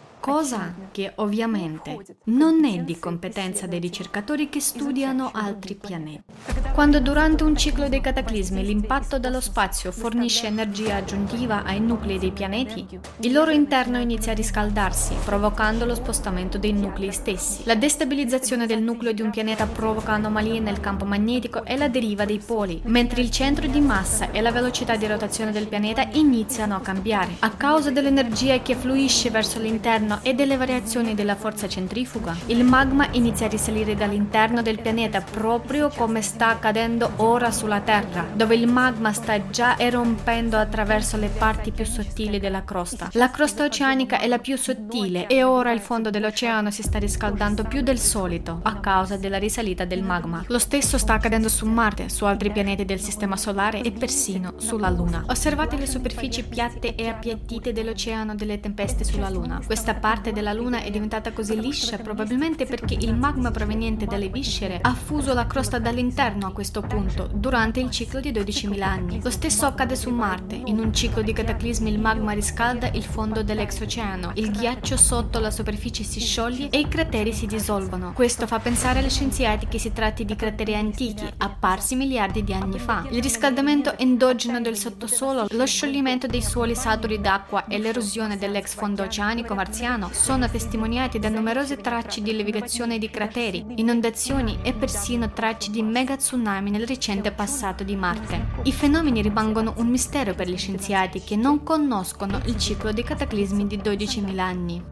Cosa che ovviamente non è di competenza dei ricercatori che studiano altri pianeti. Quando durante un ciclo dei cataclismi l'impatto dallo spazio fornisce energia aggiuntiva ai nuclei dei pianeti, il loro interno inizia a riscaldarsi, provocando lo spostamento dei nuclei stessi. La destabilizzazione del nucleo di un pianeta provoca anomalie nel campo magnetico e la deriva dei poli, mentre il centro di massa e la velocità di rotazione del pianeta iniziano a cambiare. A causa dell'energia che fluisce verso l'interno e delle variazioni della forza centrifuga, il magma inizia a risalire dall'interno del pianeta proprio come sta accadendo ora sulla Terra, dove il magma sta già erompendo attraverso le parti più sottili della crosta. La crosta oceanica è la più sottile e ora il fondo dell'oceano si sta riscaldando più del solito a causa della risalita del magma. Lo stesso sta accadendo su Marte, su altri pianeti del Sistema Solare e persino sulla Luna. Osservate le superfici piatte e appiattite dell'oceano delle tempeste sulla Luna. Questa parte della Luna è diventata così liscia probabilmente perché il magma proveniente dalle viscere ha fuso la crosta dall'interno a questo punto durante il ciclo di dodicimila anni. Lo stesso accade su Marte. In un ciclo di cataclismi il magma riscalda il fondo dell'ex oceano, il ghiaccio sotto la superficie si scioglie e i crateri si dissolvono. Questo fa pensare agli scienziati che si tratti di crateri antichi, apparsi miliardi di anni fa. Il riscaldamento endogeno del sottosuolo, lo scioglimento dei suoli saturi d'acqua e l'erosione dell'ex fondo oceanico marziano sono testimoniati da numerose tracce di levigazione di crateri, inondazioni e persino tracce di mega tsunami nel recente passato di Marte. I fenomeni rimangono un mistero per gli scienziati che non conoscono il ciclo dei cataclismi di dodicimila anni.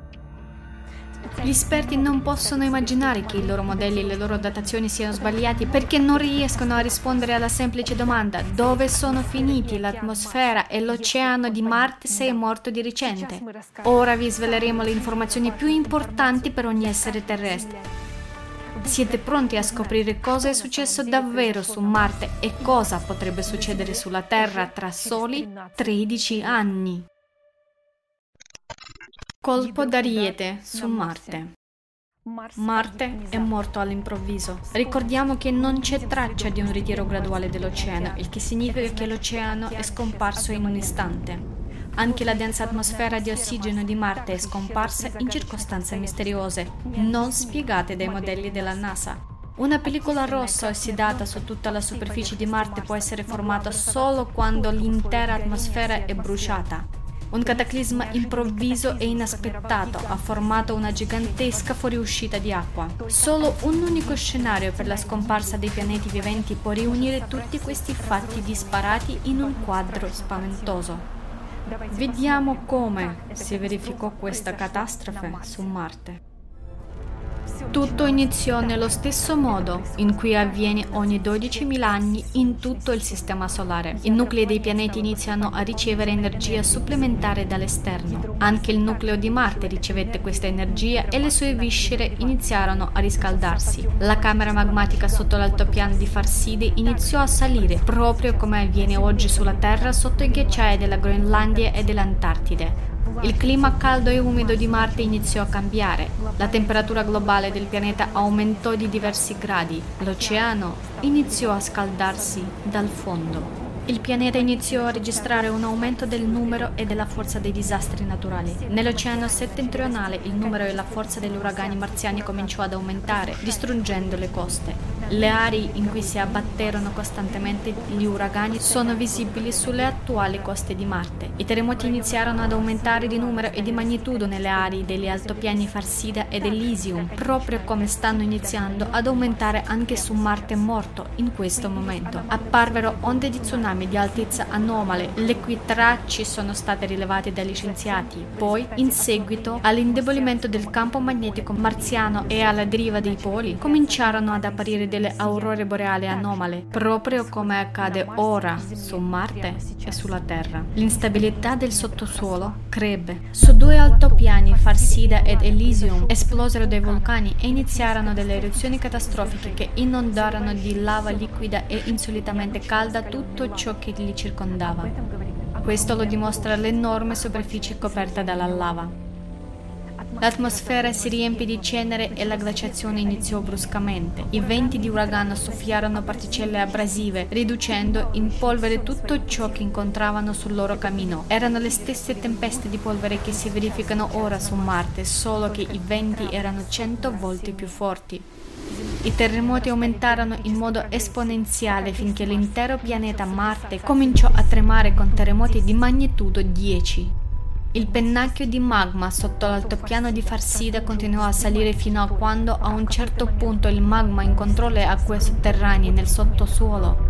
Gli esperti non possono immaginare che i loro modelli e le loro datazioni siano sbagliati perché non riescono a rispondere alla semplice domanda: dove sono finiti l'atmosfera e l'oceano di Marte se è morto di recente? Ora vi sveleremo le informazioni più importanti per ogni essere terrestre. Siete pronti a scoprire cosa è successo davvero su Marte e cosa potrebbe succedere sulla Terra tra soli tredici anni? Colpo d'ariete su Marte. Marte è morto all'improvviso. Ricordiamo che non c'è traccia di un ritiro graduale dell'oceano, il che significa che l'oceano è scomparso in un istante. Anche la densa atmosfera di ossigeno di Marte è scomparsa in circostanze misteriose, non spiegate dai modelli della NASA. Una pellicola rossa ossidata su tutta la superficie di Marte può essere formata solo quando l'intera atmosfera è bruciata. Un cataclisma improvviso e inaspettato ha formato una gigantesca fuoriuscita di acqua. Solo un unico scenario per la scomparsa dei pianeti viventi può riunire tutti questi fatti disparati in un quadro spaventoso. Vediamo come si verificò questa catastrofe su Marte. Tutto iniziò nello stesso modo in cui avviene ogni dodicimila anni in tutto il Sistema Solare. I nuclei dei pianeti iniziano a ricevere energia supplementare dall'esterno. Anche il nucleo di Marte ricevette questa energia e le sue viscere iniziarono a riscaldarsi. La camera magmatica sotto l'altopiano di Farside iniziò a salire, proprio come avviene oggi sulla Terra sotto i ghiacciai della Groenlandia e dell'Antartide. Il clima caldo e umido di Marte iniziò a cambiare, la temperatura globale del pianeta aumentò di diversi gradi, l'oceano iniziò a scaldarsi dal fondo. Il pianeta iniziò a registrare un aumento del numero e della forza dei disastri naturali. Nell'oceano settentrionale il numero e la forza degli uragani marziani cominciò ad aumentare, distruggendo le coste. Le aree in cui si abbatterono costantemente gli uragani sono visibili sulle attuali coste di Marte. I terremoti iniziarono ad aumentare di numero e di magnitudo nelle aree degli altopiani Farsida ed Elysium, proprio come stanno iniziando ad aumentare anche su Marte morto in questo momento. Apparvero onde di tsunami di altezza anomale, le cui tracce sono state rilevate dagli scienziati. Poi, in seguito all'indebolimento del campo magnetico marziano e alla deriva dei poli, cominciarono ad apparire delle delle aurore boreali anomale, proprio come accade ora su Marte e sulla Terra. L'instabilità del sottosuolo crebbe. Su due altopiani, Farsida ed Elysium, esplosero dei vulcani e iniziarono delle eruzioni catastrofiche che inondarono di lava liquida e insolitamente calda tutto ciò che li circondava. Questo lo dimostra l'enorme superficie coperta dalla lava. L'atmosfera si riempì di cenere e la glaciazione iniziò bruscamente. I venti di uragano soffiarono particelle abrasive, riducendo in polvere tutto ciò che incontravano sul loro cammino. Erano le stesse tempeste di polvere che si verificano ora su Marte, solo che i venti erano cento volte più forti. I terremoti aumentarono in modo esponenziale finché l'intero pianeta Marte cominciò a tremare con terremoti di magnitudo dieci. Il pennacchio di magma sotto l'altopiano di Farsida continuò a salire fino a quando a un certo punto il magma incontrò le acque sotterranee nel sottosuolo.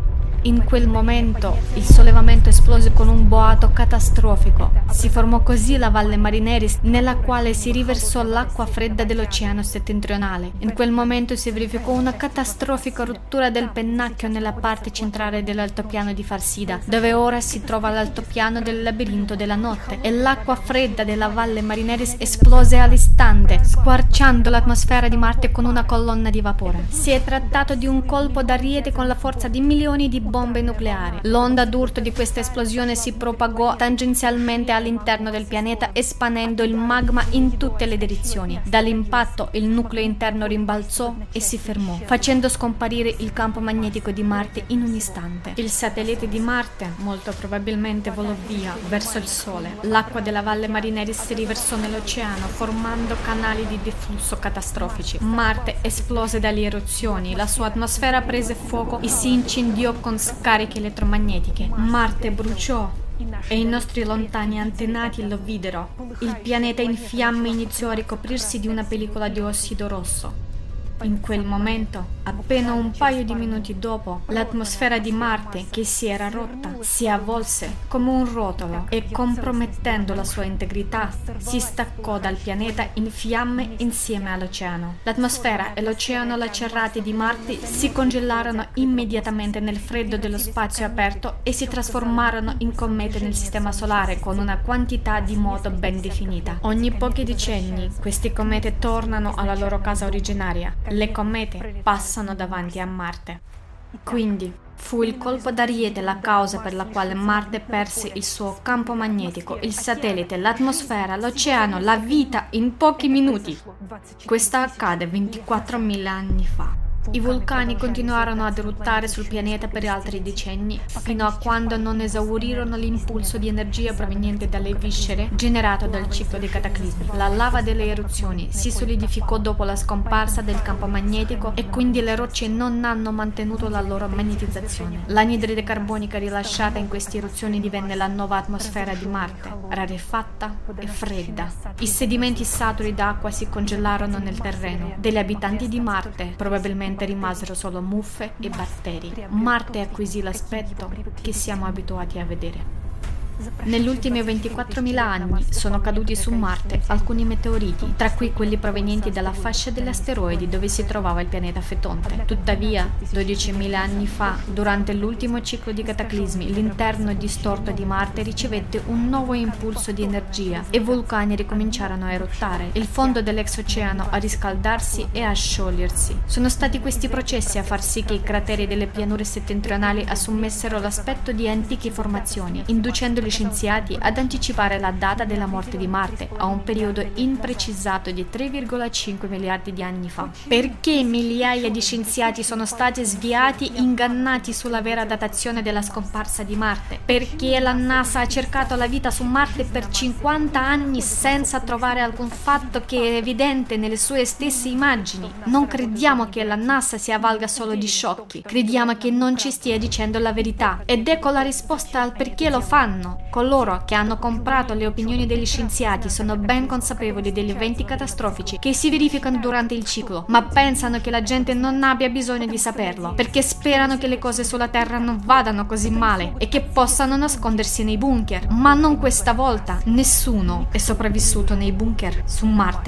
In quel momento il sollevamento esplose con un boato catastrofico. Si formò così la Valle Marineris, nella quale si riversò l'acqua fredda dell'Oceano Settentrionale. In quel momento si verificò una catastrofica rottura del pennacchio nella parte centrale dell'altopiano di Farsida, dove ora si trova l'altopiano del Labirinto della Notte, e l'acqua fredda della Valle Marineris esplose all'istante, squarciando l'atmosfera di Marte con una colonna di vapore. Si è trattato di un colpo d'ariete con la forza di milioni di bombe nucleari. L'onda d'urto di questa esplosione si propagò tangenzialmente all'interno del pianeta, espandendo il magma in tutte le direzioni. Dall'impatto il nucleo interno rimbalzò e si fermò, facendo scomparire il campo magnetico di Marte in un istante. Il satellite di Marte molto probabilmente volò via verso il Sole. L'acqua della Valle Marineris si riversò nell'oceano, formando canali di deflusso catastrofici. Marte esplose dalle eruzioni, la sua atmosfera prese fuoco e si incendiò con scariche elettromagnetiche. Marte bruciò e i nostri lontani antenati lo videro. Il pianeta in fiamme iniziò a ricoprirsi di una pellicola di ossido rosso. In quel momento, appena un paio di minuti dopo, l'atmosfera di Marte, che si era rotta, si avvolse come un rotolo e, compromettendo la sua integrità, si staccò dal pianeta in fiamme insieme all'oceano. L'atmosfera e l'oceano lacerati di Marte si congelarono immediatamente nel freddo dello spazio aperto e si trasformarono in comete nel sistema solare con una quantità di moto ben definita. Ogni pochi decenni questi comete tornano alla loro casa originaria. Le comete passano davanti a Marte. Quindi fu il colpo d'ariete la causa per la quale Marte perse il suo campo magnetico, il satellite, l'atmosfera, l'oceano, la vita in pochi minuti. Questo accade ventiquattromila anni fa. I vulcani continuarono ad eruttare sul pianeta per altri decenni, fino a quando non esaurirono l'impulso di energia proveniente dalle viscere generato dal ciclo dei cataclismi. La lava delle eruzioni si solidificò dopo la scomparsa del campo magnetico e quindi le rocce non hanno mantenuto la loro magnetizzazione. L'anidride carbonica rilasciata in queste eruzioni divenne la nuova atmosfera di Marte, rarefatta e fredda. I sedimenti saturi d'acqua si congelarono nel terreno. Degli abitanti di Marte, probabilmente rimasero solo muffe e batteri. Marte acquisì l'aspetto che siamo abituati a vedere. Negli ultimi ventiquattromila anni sono caduti su Marte alcuni meteoriti, tra cui quelli provenienti dalla fascia degli asteroidi dove si trovava il pianeta Fetonte. Tuttavia, dodicimila anni fa, durante l'ultimo ciclo di cataclismi, l'interno distorto di Marte ricevette un nuovo impulso di energia e vulcani ricominciarono a eruttare, il fondo dell'ex-oceano a riscaldarsi e a sciogliersi. Sono stati questi processi a far sì che i crateri delle pianure settentrionali assumessero l'aspetto di antiche formazioni, inducendo gli scienziati ad anticipare la data della morte di Marte a un periodo imprecisato di tre virgola cinque miliardi di anni fa. Perché migliaia di scienziati sono stati sviati, ingannati sulla vera datazione della scomparsa di Marte? Perché la NASA ha cercato la vita su Marte per cinquanta anni senza trovare alcun fatto che è evidente nelle sue stesse immagini? Non crediamo che la NASA si avvalga solo di sciocchi, crediamo che non ci stia dicendo la verità. Ed ecco la risposta al perché lo fanno. Coloro che hanno comprato le opinioni degli scienziati sono ben consapevoli degli eventi catastrofici che si verificano durante il ciclo, ma pensano che la gente non abbia bisogno di saperlo, perché sperano che le cose sulla Terra non vadano così male e che possano nascondersi nei bunker. Ma non questa volta. Nessuno è sopravvissuto nei bunker su Marte.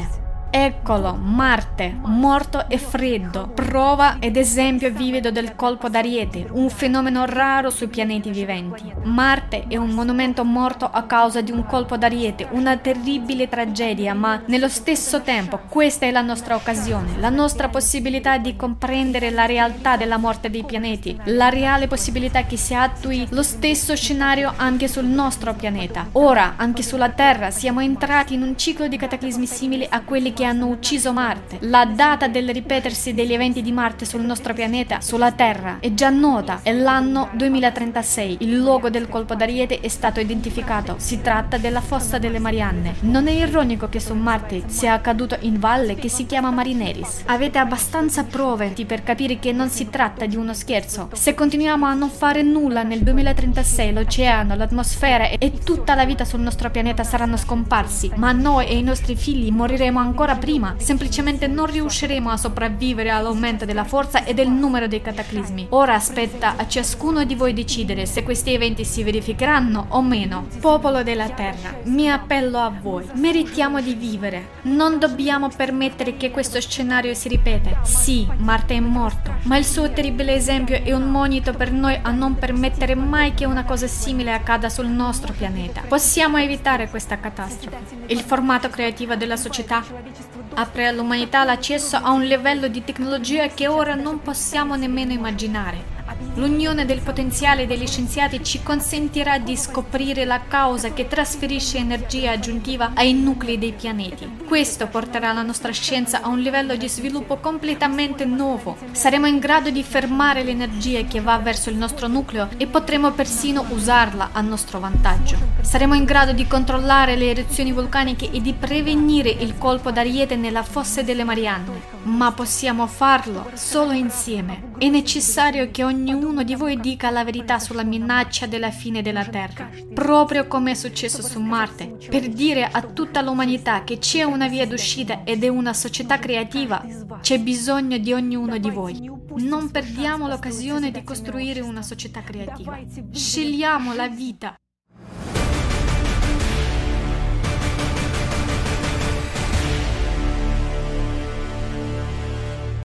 Eccolo, Marte, morto e freddo, prova ed esempio vivido del colpo d'Ariete, un fenomeno raro sui pianeti viventi. Marte è un monumento morto a causa di un colpo d'Ariete, una terribile tragedia, ma nello stesso tempo questa è la nostra occasione, la nostra possibilità di comprendere la realtà della morte dei pianeti, la reale possibilità che si attui lo stesso scenario anche sul nostro pianeta. Ora, anche sulla Terra, siamo entrati in un ciclo di cataclismi simili a quelli che hanno ucciso Marte. La data del ripetersi degli eventi di Marte sul nostro pianeta, sulla Terra, è già nota, è l'anno duemilatrentasei. Il luogo del colpo d'Ariete è stato identificato. Si tratta della fossa delle Marianne. Non è ironico che su Marte sia accaduto in valle che si chiama Marineris. Avete abbastanza prove per capire che non si tratta di uno scherzo. Se continuiamo a non fare nulla nel duemilatrentasei, l'oceano, l'atmosfera e tutta la vita sul nostro pianeta saranno scomparsi, ma noi e i nostri figli moriremo ancora prima, semplicemente non riusciremo a sopravvivere all'aumento della forza e del numero dei cataclismi. Ora aspetta a ciascuno di voi decidere se questi eventi si verificheranno o meno. Popolo della Terra, mi appello a voi. Meritiamo di vivere. Non dobbiamo permettere che questo scenario si ripete. Sì, Marte è morto, ma il suo terribile esempio è un monito per noi a non permettere mai che una cosa simile accada sul nostro pianeta. Possiamo evitare questa catastrofe. Il formato creativo della società apre all'umanità l'accesso a un livello di tecnologia che ora non possiamo nemmeno immaginare. L'unione del potenziale degli scienziati ci consentirà di scoprire la causa che trasferisce energia aggiuntiva ai nuclei dei pianeti. Questo porterà la nostra scienza a un livello di sviluppo completamente nuovo. Saremo in grado di fermare l'energia che va verso il nostro nucleo e potremo persino usarla a nostro vantaggio. Saremo in grado di controllare le eruzioni vulcaniche e di prevenire il colpo d'Ariete nella fossa delle Marianne. Ma possiamo farlo solo insieme. È necessario che ognuno di voi dica la verità sulla minaccia della fine della Terra, proprio come è successo su Marte, per dire a tutta l'umanità che c'è una via d'uscita ed è una società creativa. C'è bisogno di ognuno di voi. Non perdiamo l'occasione di costruire una società creativa. Scegliamo la vita.